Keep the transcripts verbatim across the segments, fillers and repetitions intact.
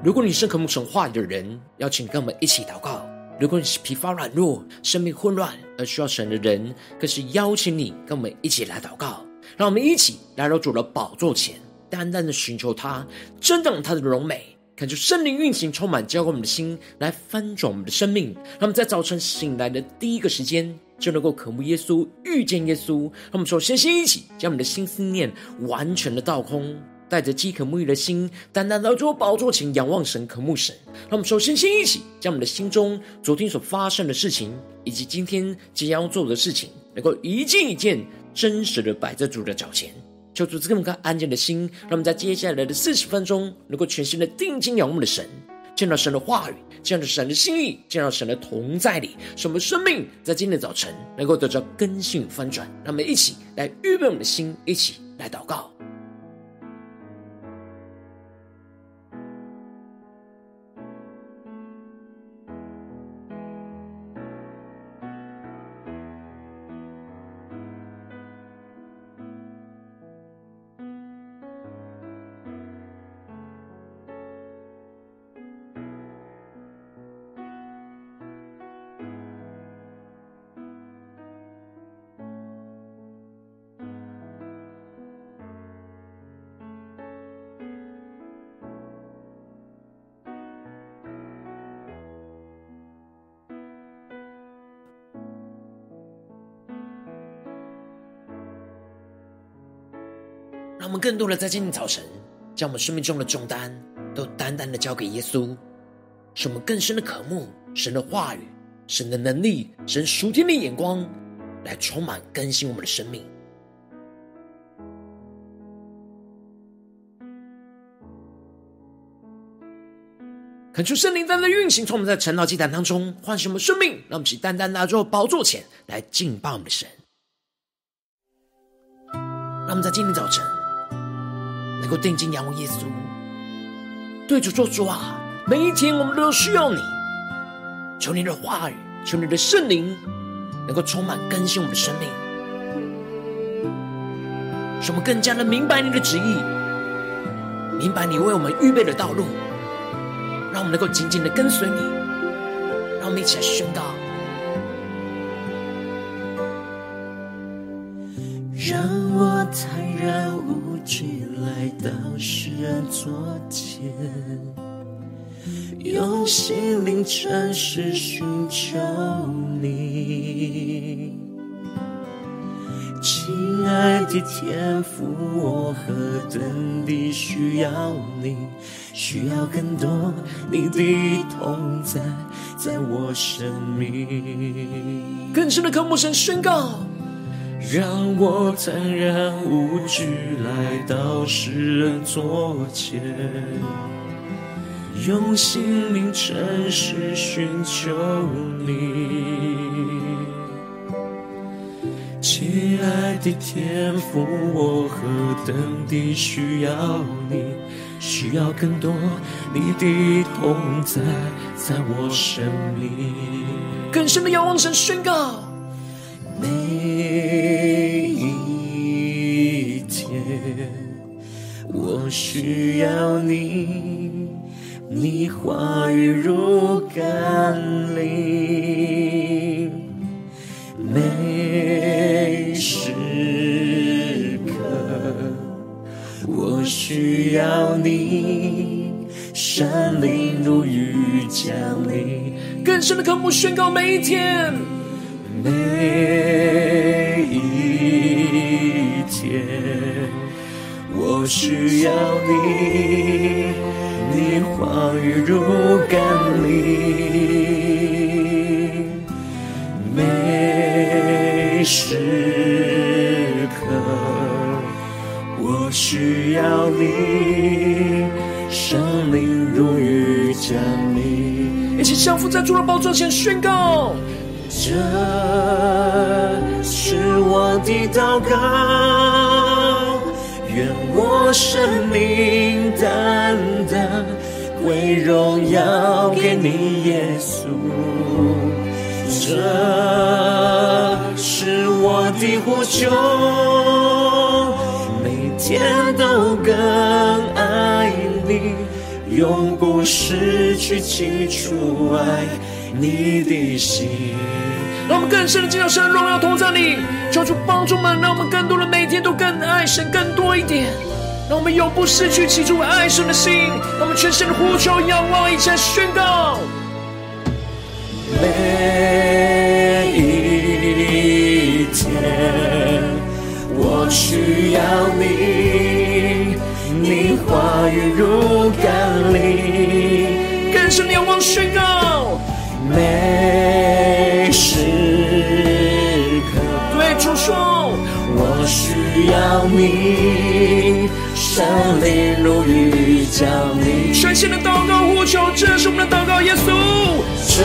如果你是渴慕神话语的人，邀请跟我们一起祷告。如果你是疲乏软弱、生命混乱而需要神的人，更是邀请你跟我们一起来祷告。让我们一起来到主的宝座前，单单的寻求他，真正他的荣美，恳求圣灵运行充满浇灌我们的心，来翻转我们的生命。让我们在早晨醒来的第一个时间就能够渴慕耶稣，遇见耶稣。让我们首先先一起将我们的心思念完全的倒空，带着饥渴沐浴的心，单单到主宝座前仰望神，渴慕神。让我们首先先一起将我们的心中昨天所发生的事情，以及今天即将要做的事情，能够一件一件真实的摆在主的脚前。求主赐我们安静的心，让我们在接下来的四十分钟能够全心的定睛仰望我们的神，见到神的话语，见到神的心意，见到神的同在里，使我们生命在今天的早晨能够得到更新与翻转。让我们一起来预备我们的心，一起来祷告。让我们更多的在今天早晨，将我们生命中的重担都单单的交给耶稣，使我们更深的渴慕神的话语、神的能力、神属天的眼光，来充满更新我们的生命。恳求圣灵单单运行，从我们在晨祷祭坛当中唤醒我们生命，让我们一起单单拿到宝座前来敬拜我们的神。让我们在今天早晨能够定睛仰望耶稣，对主说：主啊，每一天我们都需要你，求你的话语，求你的圣灵能够充满更新我们的生命，使我们更加的明白你的旨意，明白你为我们预备的道路，让我们能够紧紧的跟随你。让我们一起来宣告： 让我坦然无惧来到世人座前，用心灵诚实寻求你。亲爱的天父，我何等地需要你，需要更多你的同在在我生命。 更深的渴慕神，宣告： 让我坦然无惧来到世人座前，用心灵诚实寻求你。亲爱的天父，我何等地需要你，需要更多你的同在在我生命。 更深的仰望神，宣告： 每一天我需要你，你话语如甘霖，每时刻我需要你，圣灵如雨降临。 更深的渴慕，宣告：每一天每一天我需要你，你话语如甘霖，每时刻我需要你，圣灵如雨降临。 一起降服在主的宝座前，宣告： 这是我的祷告，愿我生命单单归荣耀给你耶稣。这是我的呼求，每天都更爱你， 永不失去起初爱你的心。 让我们更深的进入神荣耀同在里，求主帮助我们，让我们更多的每天都更爱神更多一点，让我们永不失去起初爱神的心。让我们全身的呼求仰望，一起来宣告。 每一天我需要你，你话语如甘霖， 更深的仰望宣告。 每时刻对主说， 我需要你，圣灵如雨降临。 全心的祷告呼求，这是我们的祷告，耶稣。 这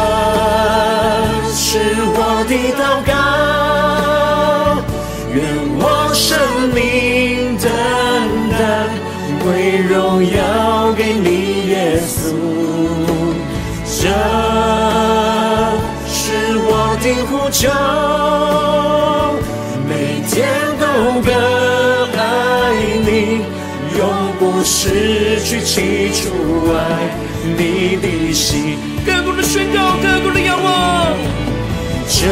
是我的祷告，愿我生命单单归荣耀给你，耶稣。这是我的呼求，每天都更爱你，永不失去起初爱你的心。 更多的宣告，更多的仰望。 这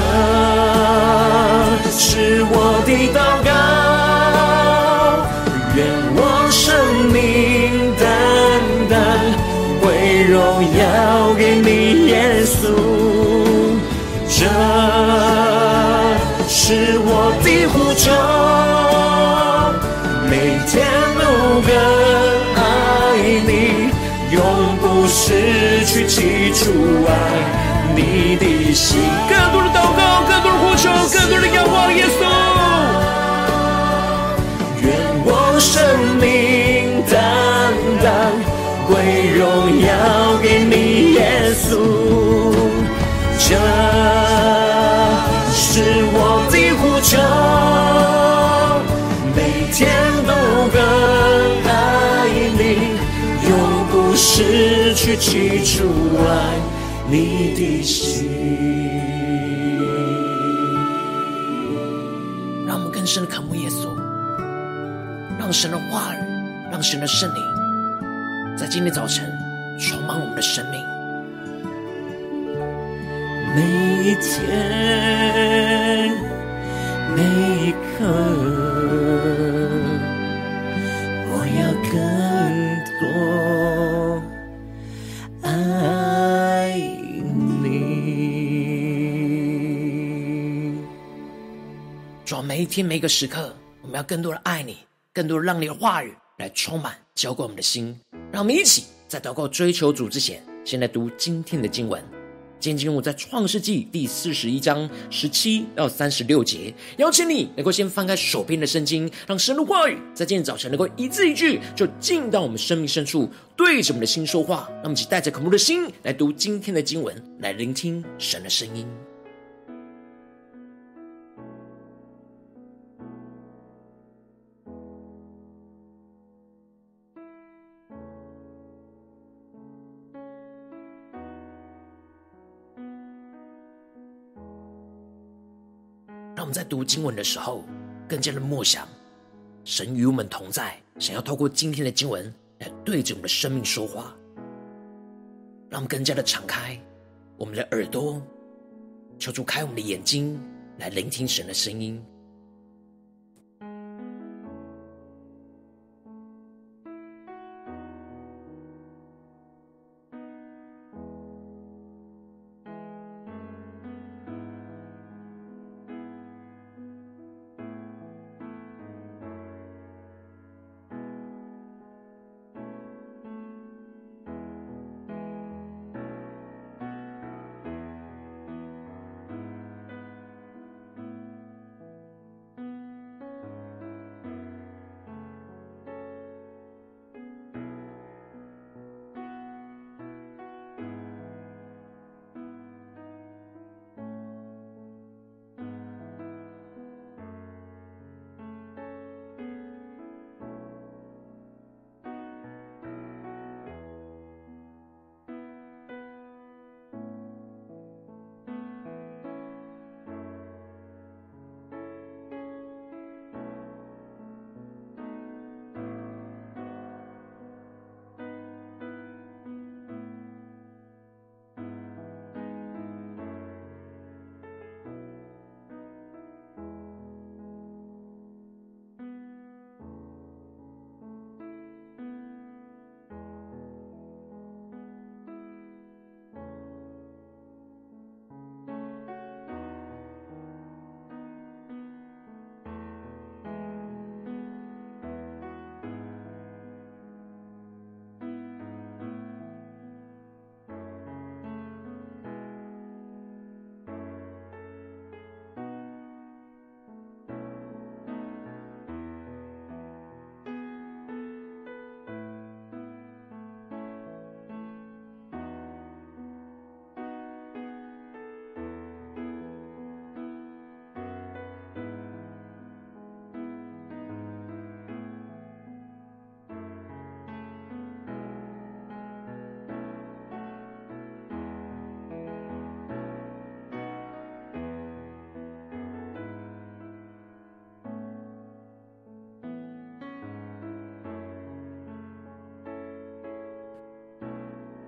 是我的祷告，愿我生命单单归荣耀给你，耶稣。这是我的呼求，每天都更爱你，永不失去起初爱你的心。 更多的祷告，更多的呼求，更多的仰望，耶稣。 愿我生命单单归荣耀给你，耶稣。这是我的呼求，每天都更爱你，永不失去起初爱你的心。 让我们更深的渴慕耶稣，让神的话语，让神的圣灵在今天早晨充满我们的生命。 每一天每一刻，我要更多爱你。 主啊，每一天每一个时刻，我们要更多的爱你，更多的让你的话语来充满浇灌我们的心。让我们一起在祷告追求主之前，先来读今天的经文。今天经文在创世纪第四十一章十七到三十六节，邀请你能够先翻开手边的圣经，让神的话语在今天早晨能够一字一句就进到我们生命深处，对着我们的心说话。让我们一起带着渴慕的心来读今天的经文，来聆听神的声音。让我们在读经文的时候更加的默想神与我们同在，想要透过今天的经文来对着我们的生命说话。让我们更加的敞开我们的耳朵，求主开我们的眼睛，来聆听神的声音。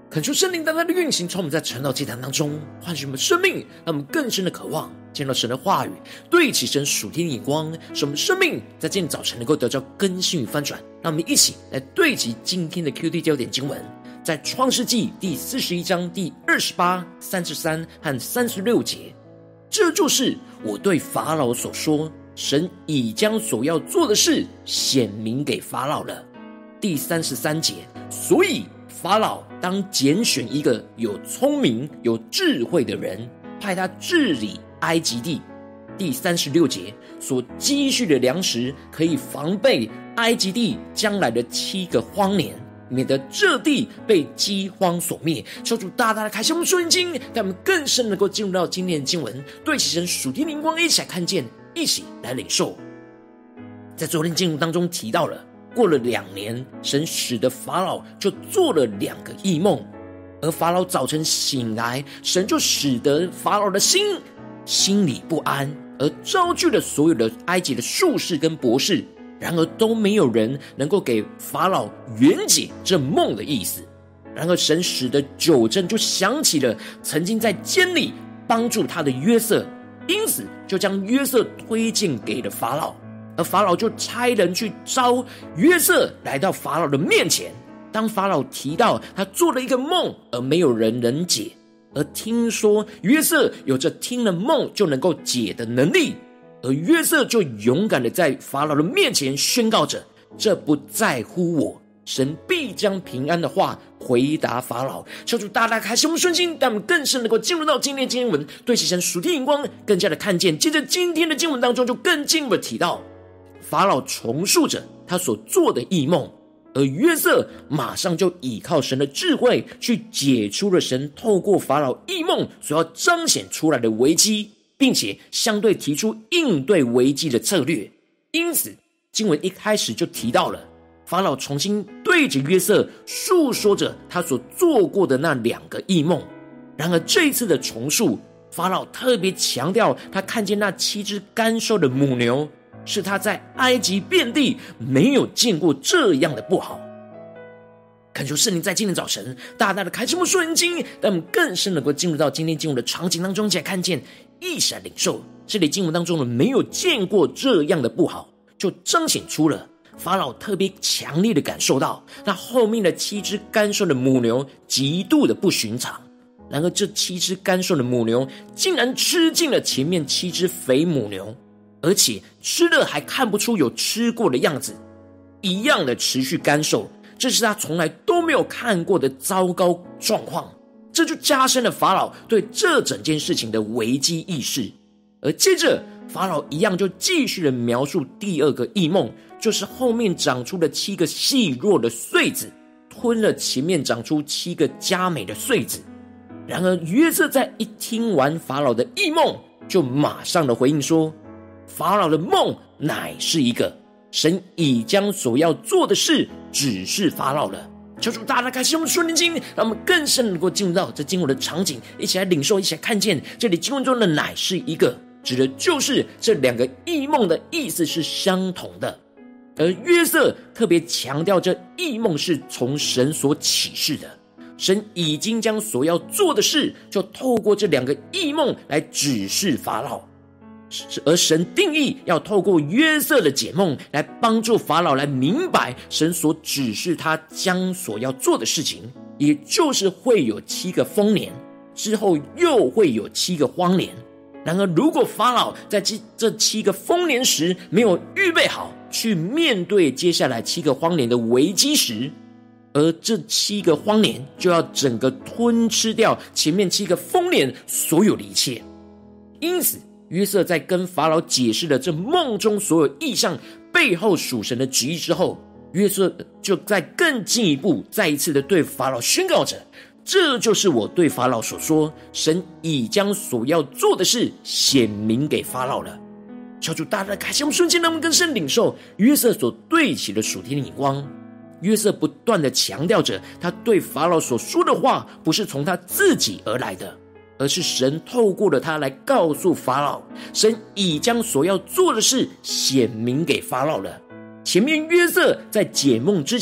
恳求圣灵单单的运行，从我们在晨祷祭坛当中唤醒我们生命，让我们更深的渴望见到神的话语，对齐神属天的眼光，使我们生命在今天早晨能够得到更新与翻转。让我们一起来对齐今天的 Q T 焦点经文，在创世纪第四十一章第二十八、三十三和三十六节。这就是我对法老所说，神已将所要做的事显明给法老了。第三十三节，所以法老当拣选一个有聪明有智慧的人，派他治理埃及地。第三十六节，所积蓄的粮食可以防备埃及地将来的七个荒年，免得这地被饥荒所灭。求主大大的开启我们属灵经，让我们更深能够进入到今天的经文，对齐神属天灵光，一起来看见，一起来领受。在昨天经文当中提到了，过了两年，神使得法老就做了两个异梦，而法老早晨醒来，神就使得法老的心心里不安，而招聚了所有的埃及的术士跟博士，然而都没有人能够给法老圆解这梦的意思。然而神使得九正就想起了曾经在监里帮助他的约瑟，因此就将约瑟推荐给了法老。而法老就差人去招约瑟来到法老的面前。当法老提到他做了一个梦，而没有人能解，而听说约瑟有着听了梦就能够解的能力，而约瑟就勇敢的在法老的面前宣告着，这不在乎我，神必将平安的话回答法老。求主大大开启我们顺心，让我们更深能够进入到今天的经文，对其神属天眼光更加的看见。接着今天的经文当中就更进一步的提到，法老重述着他所做的异梦，而约瑟马上就倚靠神的智慧去解出了神透过法老异梦所要彰显出来的危机，并且相对提出应对危机的策略。因此经文一开始就提到了法老重新对着约瑟述说着他所做过的那两个异梦。然而这一次的重述，法老特别强调他看见那七只干瘦的母牛，是他在埃及遍地没有见过这样的不好。恳求圣灵在今天早晨大大的开启我们属灵经，让我们更深能够进入到今天经文的场景当中，一起来看见，一起来领受这里经文当中的没有见过这样的不好，就彰显出了法老特别强烈的感受到那后面的七只干瘦的母牛极度的不寻常。然而这七只干瘦的母牛竟然吃尽了前面七只肥母牛，而且吃了还看不出有吃过的样子，一样的持续干瘦，这是他从来都没有看过的糟糕状况。这就加深了法老对这整件事情的危机意识。而接着法老一样就继续的描述第二个异梦，就是后面长出了七个细弱的穗子，吞了前面长出七个佳美的穗子。然而约瑟在一听完法老的异梦，就马上的回应说，法老的梦乃是一个，神已将所要做的事指示法老了。求主大大开启我们属灵经，让我们更深能够进入到这经文的场景，一起来领受，一起来看见这里经文中的乃是一个，指的就是这两个异梦的意思是相同的。而约瑟特别强调这异梦是从神所启示的，神已经将所要做的事就透过这两个异梦来指示法老，而神定义要透过约瑟的解梦来帮助法老来明白神所指示他将所要做的事情，也就是会有七个丰年，之后又会有七个荒年。然而如果法老在这七个丰年时没有预备好去面对接下来七个荒年的危机时，而这七个荒年就要整个吞吃掉前面七个丰年所有的一切。因此约瑟在跟法老解释了这梦中所有异象背后属神的旨意之后，约瑟就在更进一步再一次的对法老宣告着，这就是我对法老所说，神已将所要做的事显明给法老了。求主大大开启我们瞬间，让我们更深领受约瑟所对齐的属天的眼光。约瑟不断的强调着他对法老所说的话不是从他自己而来的，而是神透过了他来告诉法老，神已将所要做的事显明给法老了。前面约瑟在解梦之前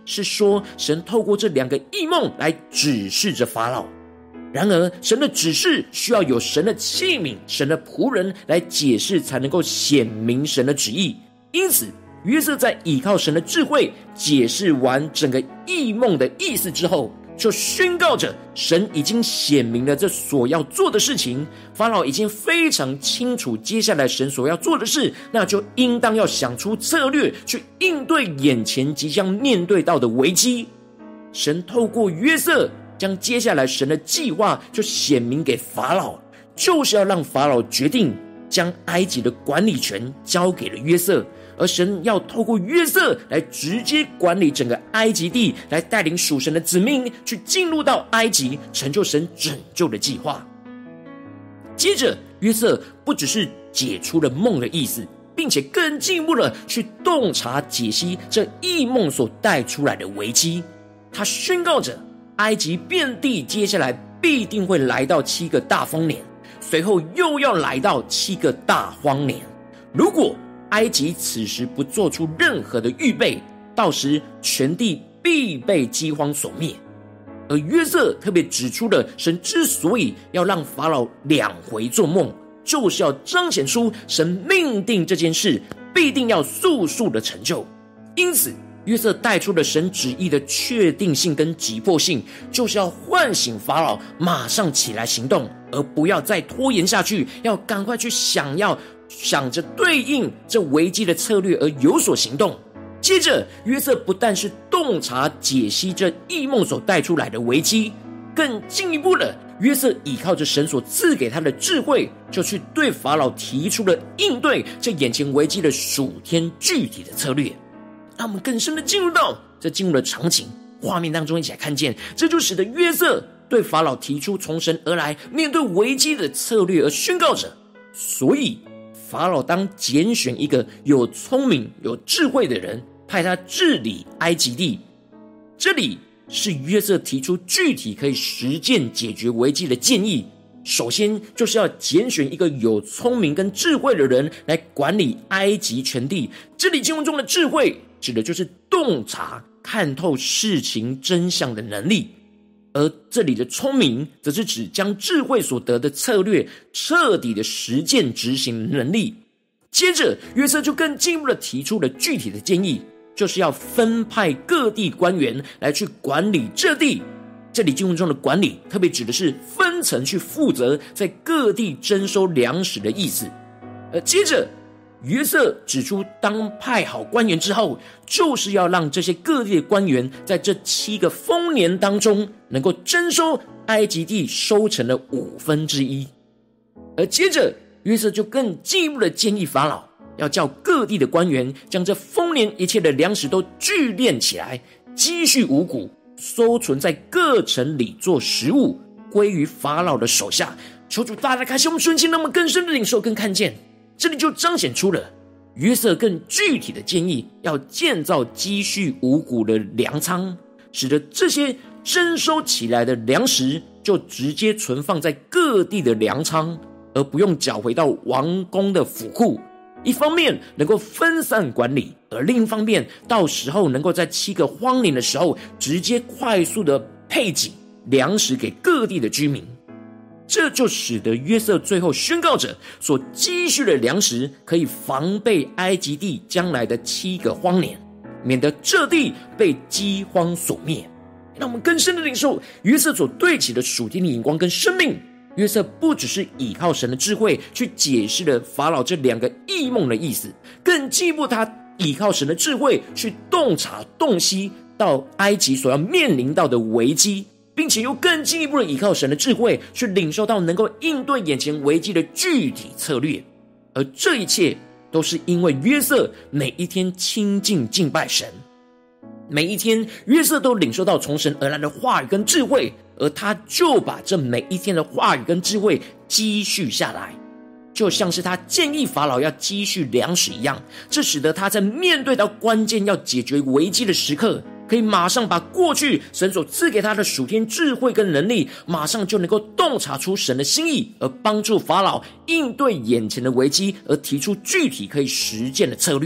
是说神透过这两个异梦来指示着法老。然而神的指示需要有神的器皿，神的仆人来解释，才能够显明神的旨意。因此约瑟在倚靠神的智慧解释完整个异梦的意思之后，就宣告着神已经显明了这所要做的事情。法老已经非常清楚接下来神所要做的事，那就应当要想出策略去应对眼前即将面对到的危机。神透过约瑟将接下来神的计划就显明给法老，就是要让法老决定将埃及的管理权交给了约瑟，而神要透过约瑟来直接管理整个埃及地，来带领属神的子民去进入到埃及，成就神拯救的计划。接着约瑟不只是解出了梦的意思，并且更进一步的去洞察解析这异梦所带出来的危机。他宣告着埃及遍地接下来必定会来到七个大丰年，随后又要来到七个大荒年。如果埃及此时不做出任何的预备，到时全地必被饥荒所灭。而约瑟特别指出了神之所以要让法老两回做梦，就是要彰显出神命定这件事必定要速速的成就。因此约瑟带出了神旨意的确定性跟急迫性，就是要唤醒法老马上起来行动，而不要再拖延下去，要赶快去想要想着对应这危机的策略而有所行动。接着约瑟不但是洞察解析这异梦所带出来的危机，更进一步的约瑟依靠着神所赐给他的智慧，就去对法老提出了应对这眼前危机的属天具体的策略。让我们更深的进入到这进入的场景画面当中，一起来看见，这就使得约瑟对法老提出从神而来面对危机的策略，而宣告着，所以法老当拣选一个有聪明有智慧的人，派他治理埃及地。这里是约瑟提出具体可以实践解决危机的建议。首先就是要拣选一个有聪明跟智慧的人来管理埃及全地。这里经文中的智慧指的就是洞察看透事情真相的能力，而这里的聪明则是指将智慧所得的策略彻底的实践执行能力。接着约瑟就更进一步的提出了具体的建议，就是要分派各地官员来去管理这地。这里经文中的管理特别指的是分层去负责在各地征收粮食的意思。而接着约瑟指出，当派好官员之后，就是要让这些各地的官员在这七个丰年当中能够征收埃及地收成的五分之一。而接着约瑟就更进一步的建议法老，要叫各地的官员将这丰年一切的粮食都聚敛起来，积蓄五谷，收存在各城里做食物，归于法老的手下。求主大大开启我们顺心，让我们更深的领受跟看见，这里就彰显出了约瑟更具体的建议，要建造积蓄五谷的粮仓，使得这些征收起来的粮食就直接存放在各地的粮仓，而不用缴回到王宫的府库。一方面能够分散管理，而另一方面到时候能够在七个荒年的时候直接快速的配给粮食给各地的居民。这就使得约瑟最后宣告着，所积蓄的粮食可以防备埃及地将来的七个荒年，免得这地被饥荒所灭。让我们更深的领受约瑟所对齐的属天的眼光跟生命。约瑟不只是依靠神的智慧去解释了法老这两个异梦的意思，更进一步他依靠神的智慧去洞察洞悉到埃及所要面临到的危机，并且又更进一步的依靠神的智慧去领受到能够应对眼前危机的具体策略。而这一切都是因为约瑟每一天亲近敬拜神，每一天约瑟都领受到从神而来的话语跟智慧，而他就把这每一天的话语跟智慧积蓄下来，就像是他建议法老要积蓄粮食一样。这使得他在面对到关键要解决危机的时刻，可以马上把过去神所赐给他的属天智慧跟能力，马上就能够洞察出神的心意，而帮助法老应对眼前的危机，而提出具体可以实践的策略。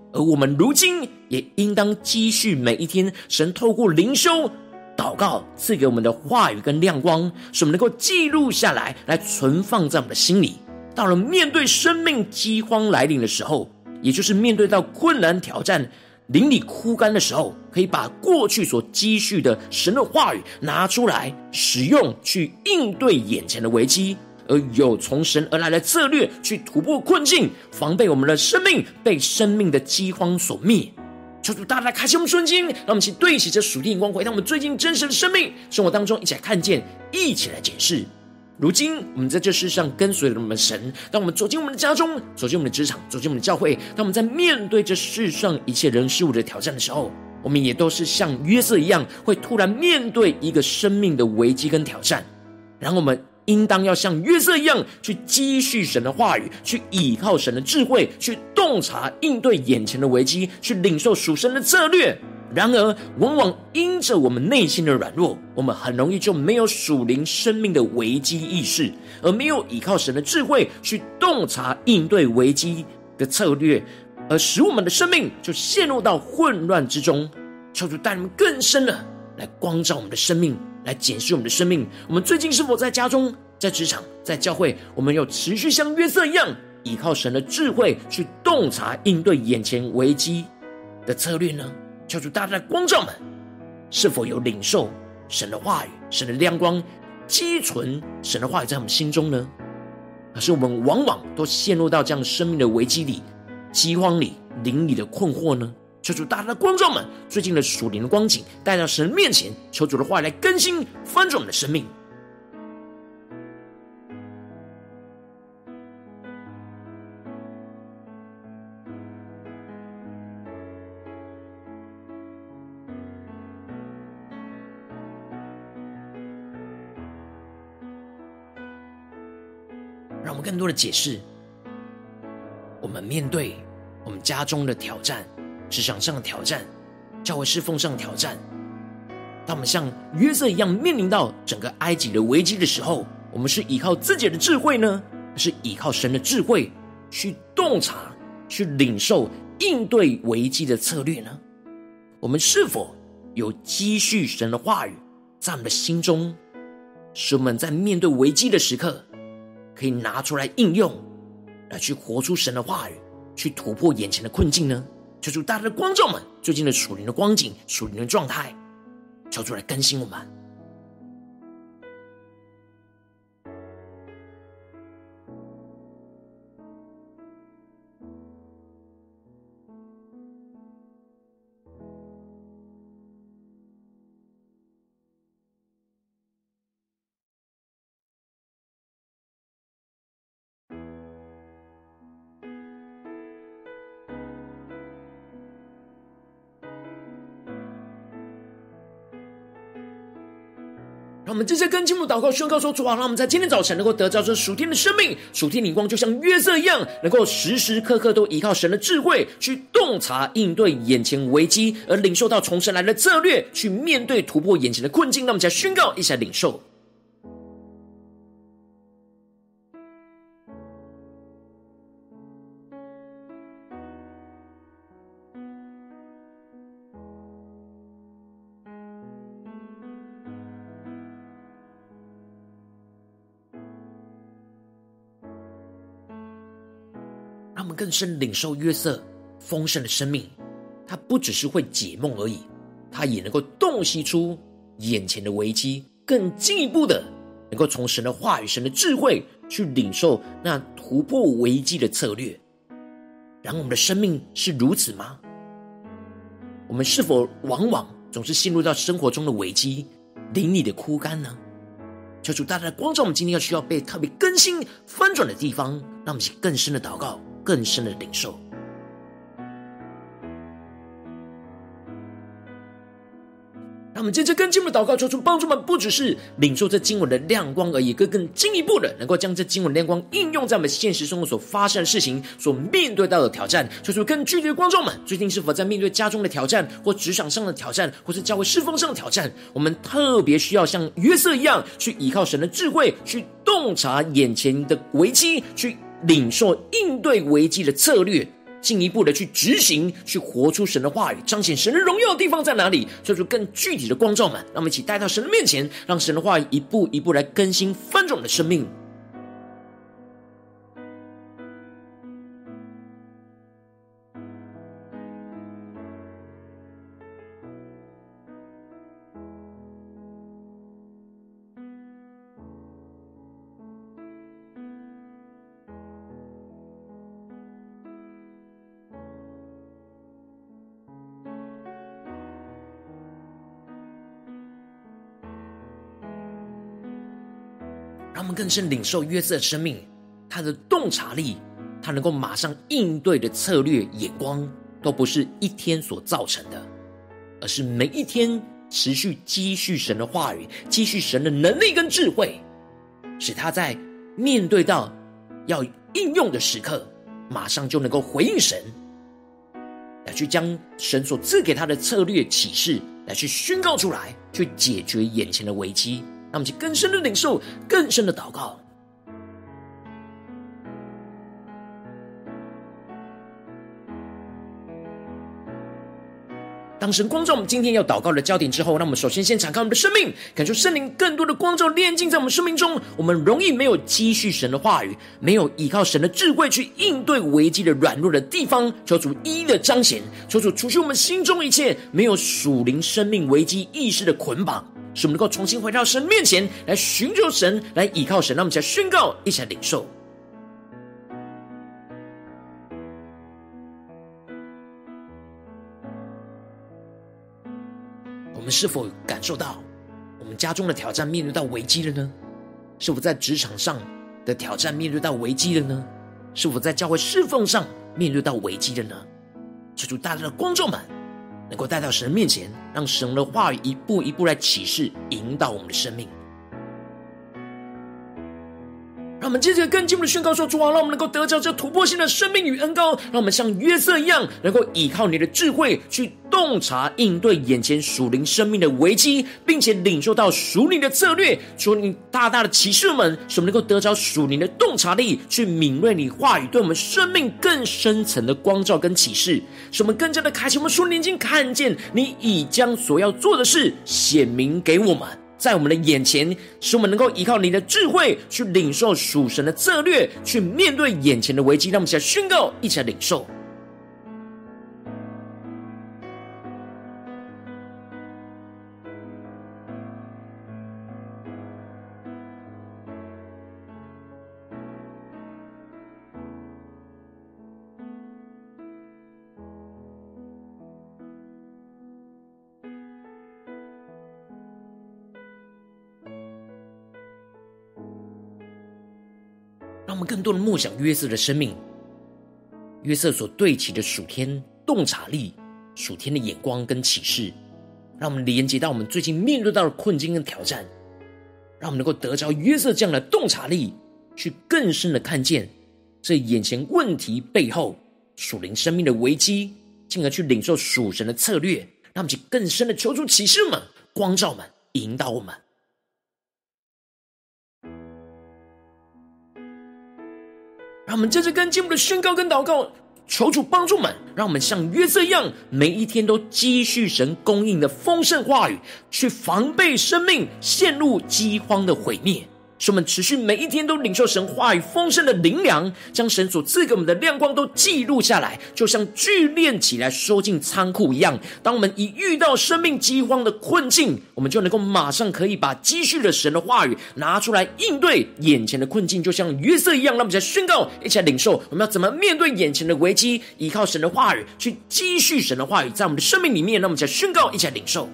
而我们如今也应当积蓄每一天神透过灵修祷告赐给我们的话语跟亮光，使我们能够记录下来，来存放在我们的心里。到了面对生命饥荒来临的时候，也就是面对到困难挑战灵里枯干的时候，可以把过去所积蓄的神的话语拿出来使用，去应对眼前的危机，而有从神而来的策略去突破困境，防备我们的生命被生命的饥荒所灭。求主大大开启我们瞬间，让我们一起对齐这属天眼光，回到我们最近真实的生命生活当中，一起来看见，一起来检视。如今我们在这世上跟随了我们的神，当我们走进我们的家中，走进我们的职场，走进我们的教会，当我们在面对这世上一切人事物的挑战的时候，我们也都是像约瑟一样，会突然面对一个生命的危机跟挑战。然后我们应当要像约瑟一样，去积蓄神的话语，去倚靠神的智慧，去洞察应对眼前的危机，去领受属神的策略。然而往往因着我们内心的软弱，我们很容易就没有属灵生命的危机意识，而没有倚靠神的智慧去洞察应对危机的策略，而使我们的生命就陷入到混乱之中。求主带你们更深的来光照我们的生命，来检视我们的生命。我们最近是否在家中、在职场、在教会，我们有持续像约瑟一样倚靠神的智慧去洞察应对眼前危机的策略呢？求主大大的光照们，是否有领受神的话语、神的亮光，积存神的话语在我们心中呢？可是我们往往都陷入到这样生命的危机里、饥荒里、灵里的困惑呢？求主大大的光照们，最近的属灵的光景带到神面前，求主的话语来更新翻转我们的生命。让我们更多的解释，我们面对我们家中的挑战、职场上的挑战、教会侍奉上的挑战，当我们像约瑟一样面临到整个埃及的危机的时候，我们是依靠自己的智慧呢，还是依靠神的智慧去洞察、去领受应对危机的策略呢？我们是否有积蓄神的话语在我们的心中，使我们在面对危机的时刻可以拿出来应用，来去活出神的话语，去突破眼前的困境呢？求主大家的光照们最近的属灵的光景、属灵的状态，求主来更新我们。让我们这些跟进入祷告宣告说，主啊，让我们在今天早晨能够得到这属天的生命、属天灵光，就像约瑟一样，能够时时刻刻都依靠神的智慧去洞察应对眼前危机，而领受到从神来的策略，去面对突破眼前的困境。让我们一起来宣告，一起来领受。让我们更深领受约瑟丰盛的生命，他不只是会解梦而已，他也能够洞悉出眼前的危机，更进一步的能够从神的话语、神的智慧去领受那突破危机的策略。然后我们的生命是如此吗？我们是否往往总是陷入到生活中的危机、灵里的枯干呢？求主大大的光照我们今天要需要被特别更新翻转的地方，让我们一起更深的祷告，更深的领受。让我们接着跟进我们的祷告，求主帮助我们不只是领受这经文的亮光而已，更更进一步的能够将这经文的亮光应用在我们现实生活所发生的事情、所面对到的挑战。求主更具体的光照们，最近是否在面对家中的挑战，或职场上的挑战，或是教会侍奉上的挑战，我们特别需要像约瑟一样，去依靠神的智慧，去洞察眼前的危机，去领受应对危机的策略， 进一步的去执行，去活出神的话语，彰显神的荣耀的地方在哪里？做出更具体的光照们，让我们一起带到神的面前，让神的话语一步一步来更新翻转我们的生命。让我们更深领受约瑟的生命，他的洞察力，他能够马上应对的策略眼光，都不是一天所造成的，而是每一天持续积蓄神的话语，积蓄神的能力跟智慧，使他在面对到要应用的时刻，马上就能够回应神，来去将神所赐给他的策略启示来去宣告出来，去解决眼前的危机。让我们去更深的领受，更深的祷告。当神光照我们今天要祷告的焦点之后，让我们首先先敞开我们的生命，感受圣灵更多的光照炼净在我们生命中。我们容易没有积蓄神的话语，没有依靠神的智慧去应对危机的软弱的地方，求主一一的彰显，求主除去我们心中一切没有属灵生命危机意识的捆绑，使我们能够重新回到神面前来寻求神，来依靠神。让我们一起来宣告，一起来领受。我们是否感受到我们家中的挑战面对到危机了呢？是否在职场上的挑战面对到危机了呢？是否在教会侍奉上面对到危机了呢？求主大家的光照们能够带到神面前，让神的话语一步一步来启示引导我们的生命。让我们接着更进一步的宣告说，主啊，让我们能够得着这突破性的生命与恩膏，让我们像约瑟一样，能够依靠你的智慧去洞察应对眼前属灵生命的危机，并且领受到属灵的策略。求你大大的启示我们，使我们能够得着属灵的洞察力，去敏锐你话语对我们生命更深层的光照跟启示，使我们更加的开启我们属灵眼睛，看见你已将所要做的事显明给我们，在我们的眼前，使我们能够依靠你的智慧去领受属神的策略，去面对眼前的危机。让我们一起来宣告，一起来领受。让我们更多的默想约瑟的生命，约瑟所对齐的属天洞察力，属天的眼光跟启示，让我们连接到我们最近面对到的困境跟挑战，让我们能够得着约瑟这样的洞察力，去更深的看见这眼前问题背后属灵生命的危机，进而去领受属神的策略，让我们去更深的求主启示们、光照们、引导我们。让我们接着更进一步的宣告跟祷告，求主帮助我们，让我们像约瑟一样，每一天都积蓄神供应的丰盛话语，去防备生命陷入饥荒的毁灭，使我们持续每一天都领受神话语丰盛的灵粮，将神所赐给我们的亮光都记录下来，就像聚炼起来收进仓库一样。当我们一遇到生命饥荒的困境，我们就能够马上可以把积蓄的神的话语拿出来应对眼前的困境，就像约瑟一样。让我们一起来宣告，一起来领受，我们要怎么面对眼前的危机，依靠神的话语去积蓄神的话语在我们的生命里面。让我们一起来宣告，一起来领受。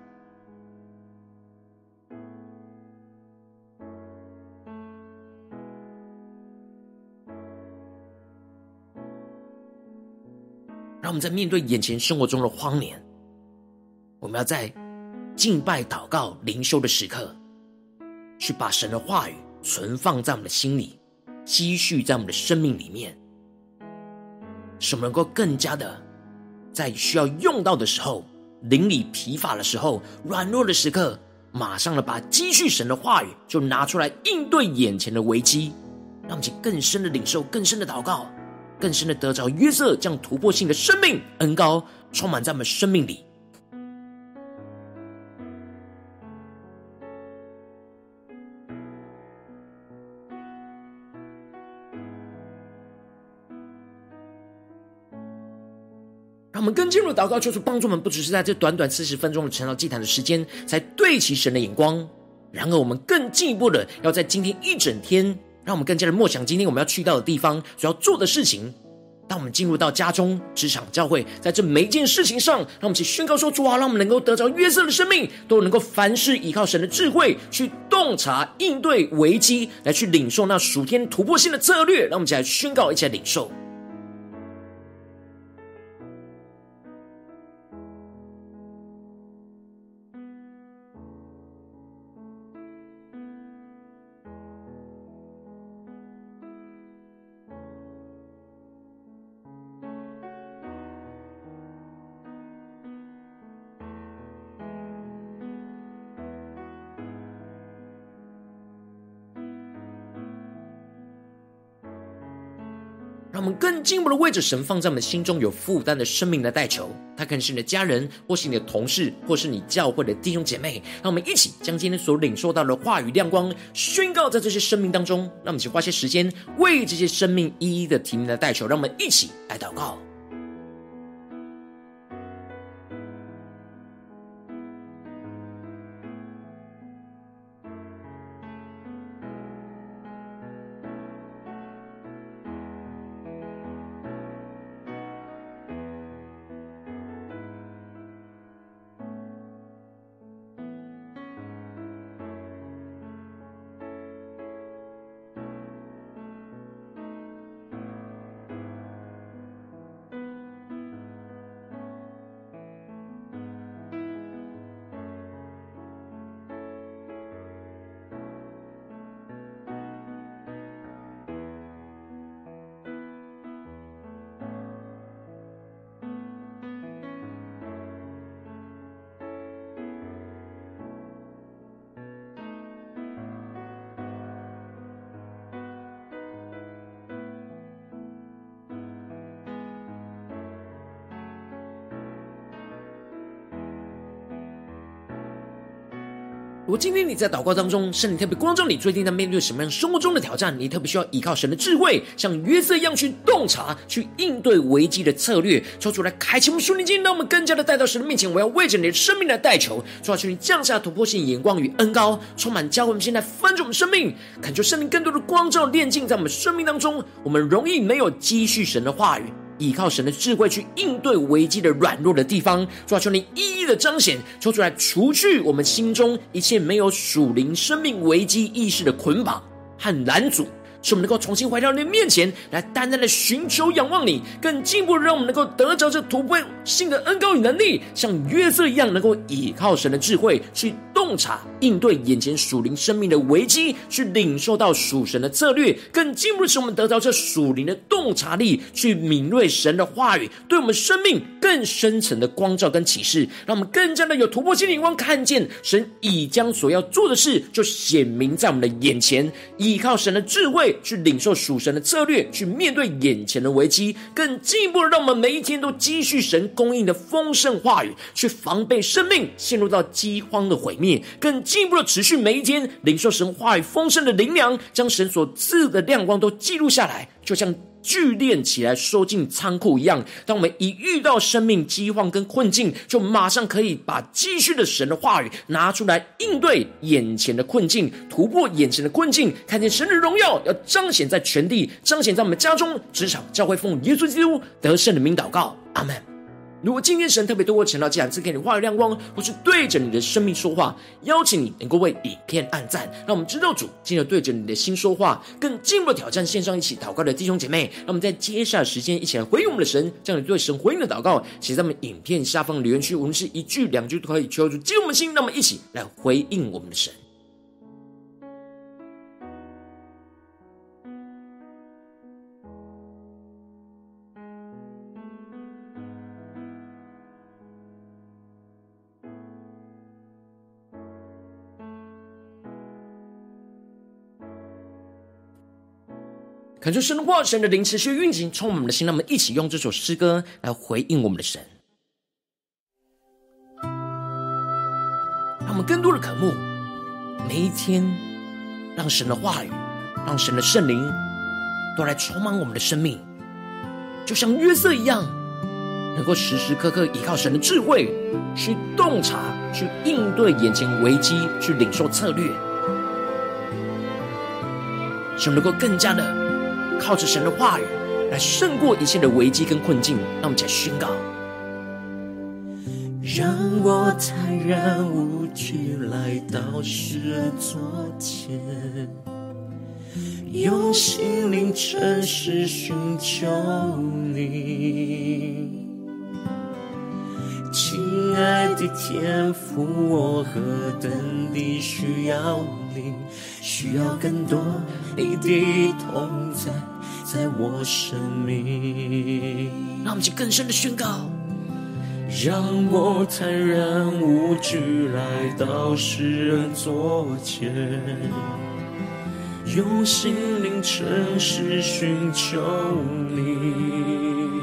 让我们在面对眼前生活中的荒年，我们要在敬拜祷告灵修的时刻，去把神的话语存放在我们的心里，积蓄在我们的生命里面，使我们能够更加的在需要用到的时候，灵里疲乏的时候，软弱的时刻，马上的把积蓄神的话语就拿出来应对眼前的危机。让我们更深的领受，更深的祷告， 更深的得着约瑟这样突破性的生命恩膏充满在我们生命里。让我们更进入祷告，求主帮助我们，不只是在这短短四十分钟的晨祷祭坛的时间，才对齐神的眼光。然而，我们更进一步的，要在今天一整天，让我们更加的默想今天我们要去到的地方，所要做的事情。当我们进入到家中、职场、教会，在这每一件事情上，让我们一起宣告说：主啊，让我们能够得着约瑟的生命，都能够凡事依靠神的智慧，去洞察应对危机，来去领受那属天突破性的策略。让我们一起来宣告，一起来领受。让我们更进一步的为着神放在我们心中有负担的生命来代求，他可能是你的家人，或是你的同事，或是你教会的弟兄姐妹。让我们一起将今天所领受到的话语亮光宣告在这些生命当中。让我们一起花些时间为这些生命一一的提名来代求。让我们一起来祷告。如果今天你在祷告当中，圣灵特别光照你，最近在面对什么样生活中的挑战，你特别需要依靠神的智慧，像约瑟一样去洞察、去应对危机的策略，求主来开启我们属灵经，让我们更加的带到神的面前。我要为着你的生命来代求，求求你降下突破性眼光与恩膏，充满教会我们现在翻转我们生命，恳求圣灵更多的光照炼净在我们生命当中。我们容易没有积蓄神的话语，依靠神的智慧去应对危机的软弱的地方，主啊，求你一一的彰显，求出来除去我们心中一切没有属灵生命危机意识的捆绑和拦阻，使我们能够重新回到你的面前来，单单的寻求仰望你，更进一步让我们能够得着这突破性的恩膏与能力，像约瑟一样能够依靠神的智慧去洞察应对眼前属灵生命的危机，去领受到属神的策略，更进一步的使我们得到这属灵的洞察力，去敏锐神的话语对我们生命更深层的光照跟启示，让我们更加的有突破性的眼光，看见神已将所要做的事就显明在我们的眼前，依靠神的智慧去领受属神的策略，去面对眼前的危机，更进一步的让我们每一天都积蓄神供应的丰盛话语，去防备生命陷入到饥荒的毁灭，更进一步的持续每一天领受神话语丰盛的灵粮，将神所赐的亮光都记录下来，就像聚炼起来收进仓库一样。当我们一遇到生命饥荒跟困境，就马上可以把积蓄的神的话语拿出来应对眼前的困境，突破眼前的困境，看见神的荣耀要彰显在全地，彰显在我们家中、职场、教会，奉耶稣基督得胜的名祷告，阿们。如果今天神特别多过晨祷祭坛赐给你话语亮光，或是对着你的生命说话，邀请你能够为影片按赞，让我们知道主今日对着你的心说话，更进一步的挑战线上一起祷告的弟兄姐妹。让我们在接下来时间一起来回应我们的神，将你对神回应的祷告写在我们影片下方留言区，无论是一句两句都可以，求主激动我们的心，让我们一起来回应我们的神。 恳求神的话，神的灵持续运行，充满我们的心。让我们一起用这首诗歌来回应我们的神，让我们更多的渴慕，每一天让神的话语，让神的圣灵都来充满我们的生命，就像约瑟一样，能够时时刻刻依靠神的智慧去洞察，去应对眼前危机，去领受策略，使我们能够更加的靠着神的话语来胜过一切的危机跟困境。让我们一起来宣告， 让我坦然无惧来到世人座前，用心灵诚实寻求你。亲爱的天父，我何等地需要你，需要更多你的同在在我生命。 让我们一起更深的宣告， 让我坦然无惧来到世人座前，用心灵诚实寻求你。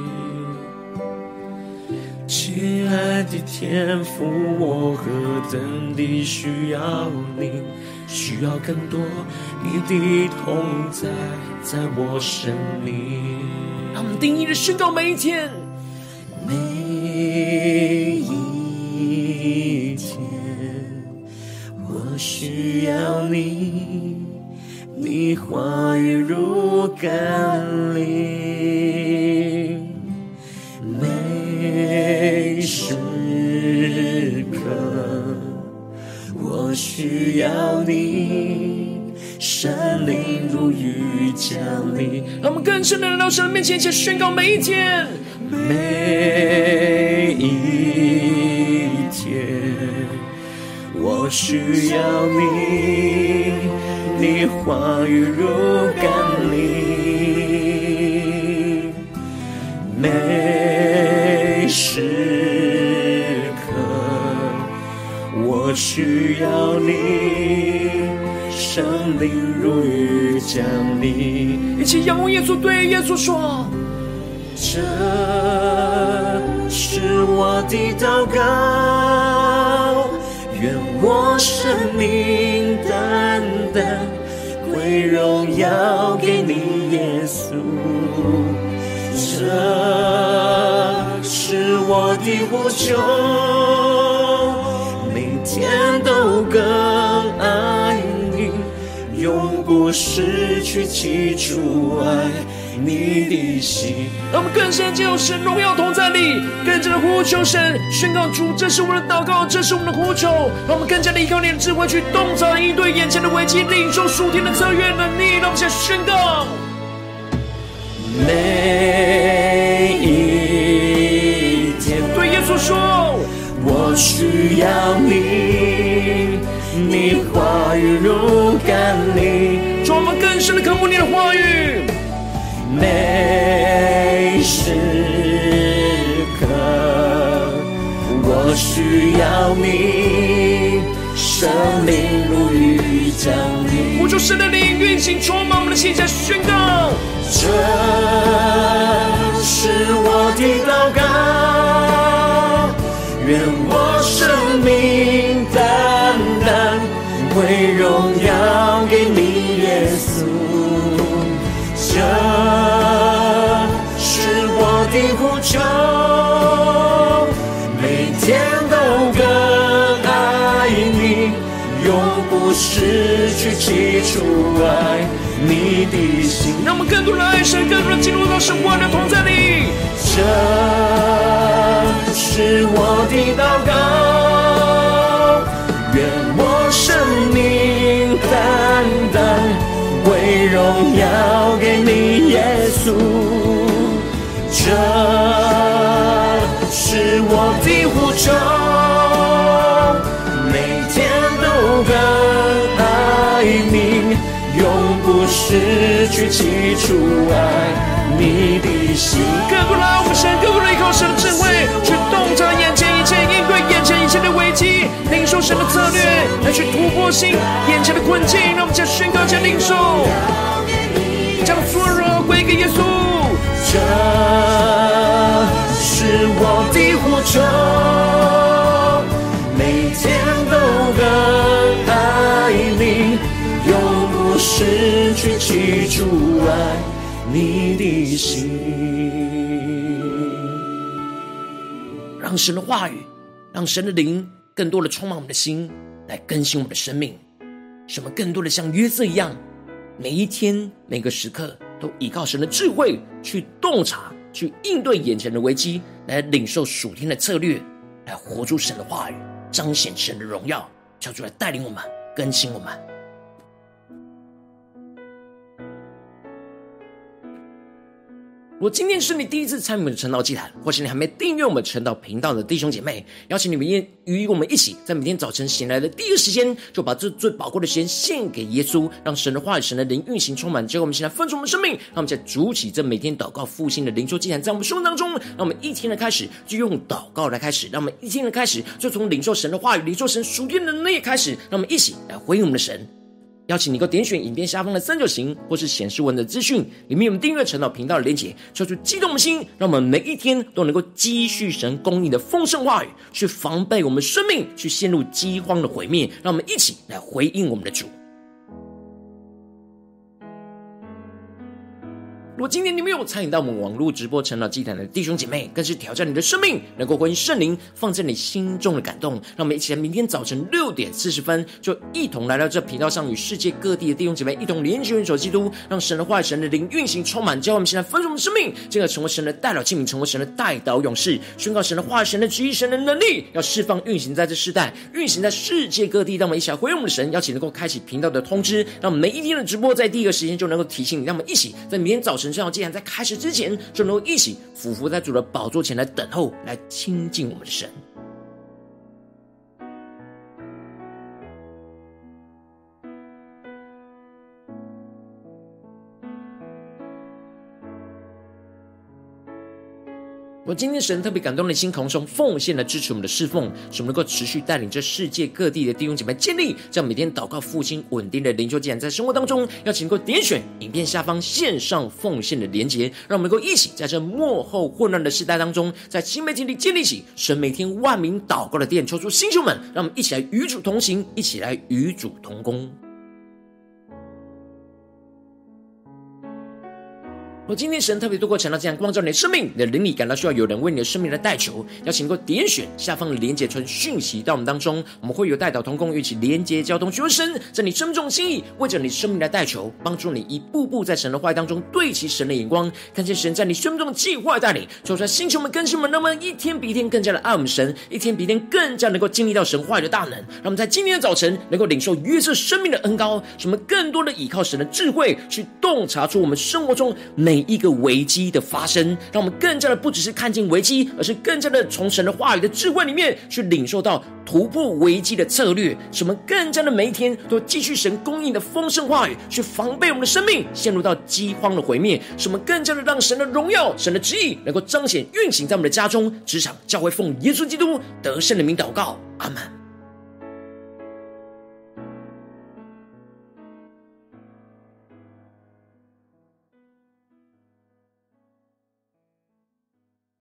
亲爱的天父，我何等地需要你，需要更多你的同在在我生命。 让我们定义的宣告，每一天每一天我需要你，你话语如甘霖，每时刻我需要你，神灵如雨降临。 让我们更深的来到神的面前，一起宣告，每一天每一天我需要你，你话语如甘霖，每时刻我需要你，生灵如雨降临。 一起仰望耶稣，对耶稣说， 这是我的祷告，愿我生命单单归荣耀给你耶稣。这是我的呼求，每天都更爱你，永不失去起初爱你的心。 让我们更深进入神荣耀同在里，更加的呼求神，宣告主，这是我们的祷告，这是我们的呼求。让我们更加的依靠你的智慧去洞察应对眼前的危机，领受属天的策略能力。让我们先宣告， 每一天对耶稣说， 我需要你，你话语如甘霖。 主，我们更深的渴慕你的话语， 每时刻我需要你，生命如雨降临。 呼求神的灵运行，充满我们的心，在宣告， 这是我的祷告，愿我生命单单归荣耀给你耶稣。这是我的呼求，每天都更爱你，永不失去起初爱你的心。 让我们更多的爱神，更多的进入到神话的同在里。 这是我的祷告，愿我生命单单归荣耀给你耶稣。这是我的呼求，每天都更爱你，永不失去起初爱你的心。 更多的爱我们神，更多的依靠神的智慧，去洞察眼前一切，应对眼前一切的危机，领受神的策略，来去突破性眼前的困境。让我们将宣告，将领受，将所有说归给耶稣。 这是我的呼求，每天都很爱你，永不失去起初爱你的心。 让神的话语，让神的灵更多的充满我们的心，来更新我们的生命，使我们更多的像约瑟一样，每一天每个时刻都依靠神的智慧去洞察，去应对眼前的危机，来领受属天的策略，来活出神的话语，彰显神的荣耀。求主来带领我们，更新我们。如果今天是你第一次参与我们的晨祷祭坛，或是你还没订阅我们晨祷频道的弟兄姐妹，邀请你们与我们一起，在每天早晨醒来的第一个时间，就把这最宝贵的时间献给耶稣，让神的话语、神的灵运行充满。结果我们现在分出我们的生命，让我们在主起这每天祷告复兴的灵修祭坛，在我们生命当中，让我们一天的开始就用祷告来开始，让我们一天的开始就从领受神的话语、领受神属天的能力开始，让我们一起来回应我们的神。邀请你能够点选影片下方的三角形，或是显示文的资讯，里面有订阅晨祷频道的连结，抽出激动的心，让我们每一天都能够积蓄神供应的丰盛话语，去防备我们生命去陷入饥荒的毁灭。让我们一起来回应我们的主。如果今天你没有参与到我们网络直播晨祷祭坛的弟兄姐妹，更是挑战你的生命，能够回应圣灵放在你心中的感动。让我们一起来明天早晨六点四十分，就一同来到这频道上，与世界各地的弟兄姐妹一同联结元首基督，让神的话语、神的灵运行充满，教我们现在分盛我们生命，进而成为神的代祷器皿，成为神的代祷勇士，宣告神的话语、神的旨意、神的能力，要释放运行在这世代，运行在世界各地。让我们一起来回应我们的神，邀请能够开启频道的通知，让我们每一天的直播在第一个时间就能够提醒你。让我们一起在明天早晨这样，既然在开始之前，就能够一起俯伏在主的宝座前来等候，来亲近我们的神。我今天神特别感动的心，同用奉献来支持我们的侍奉，使我们能够持续带领这世界各地的弟兄姐妹建立这样每天祷告复兴稳定的灵修祭坛，在生活当中，邀请能够点选影片下方线上奉献的连结，让我们能够一起在这末后混乱的时代当中，在新媒体里建立起神每天万名祷告的殿，求出星球们，让我们一起来与主同行，一起来与主同工。我今天神特别透过晨祷这样光照你的生命，你的灵里感到需要有人为你的生命来代求，邀请能够点选下方的连结传讯息到我们当中，我们会有代祷同工一起连结交通，询问神在你生命中的心意，为着你生命来代求，帮助你一步步在神的话语当中对齐神的眼光，看见神在你生命中的计划带领，求出来星球们更新我们，让我们一天比一天更加的爱我们神，一天比一天更加能够经历到神话语的大能，让我们在今天的早晨能够领受约瑟生命的恩膏，使我们更多的依靠神的智慧去洞察出我们生活中每一个危机的发生，让我们更加的不只是看见危机，而是更加的从神的话语的智慧里面去领受到突破危机的策略，使我们更加的每一天都继续神供应的丰盛话语，去防备我们的生命陷入到饥荒的毁灭，使我们更加的让神的荣耀、神的旨意能够彰显运行在我们的家中、职场、教会，奉耶稣基督得胜的名祷告，阿们。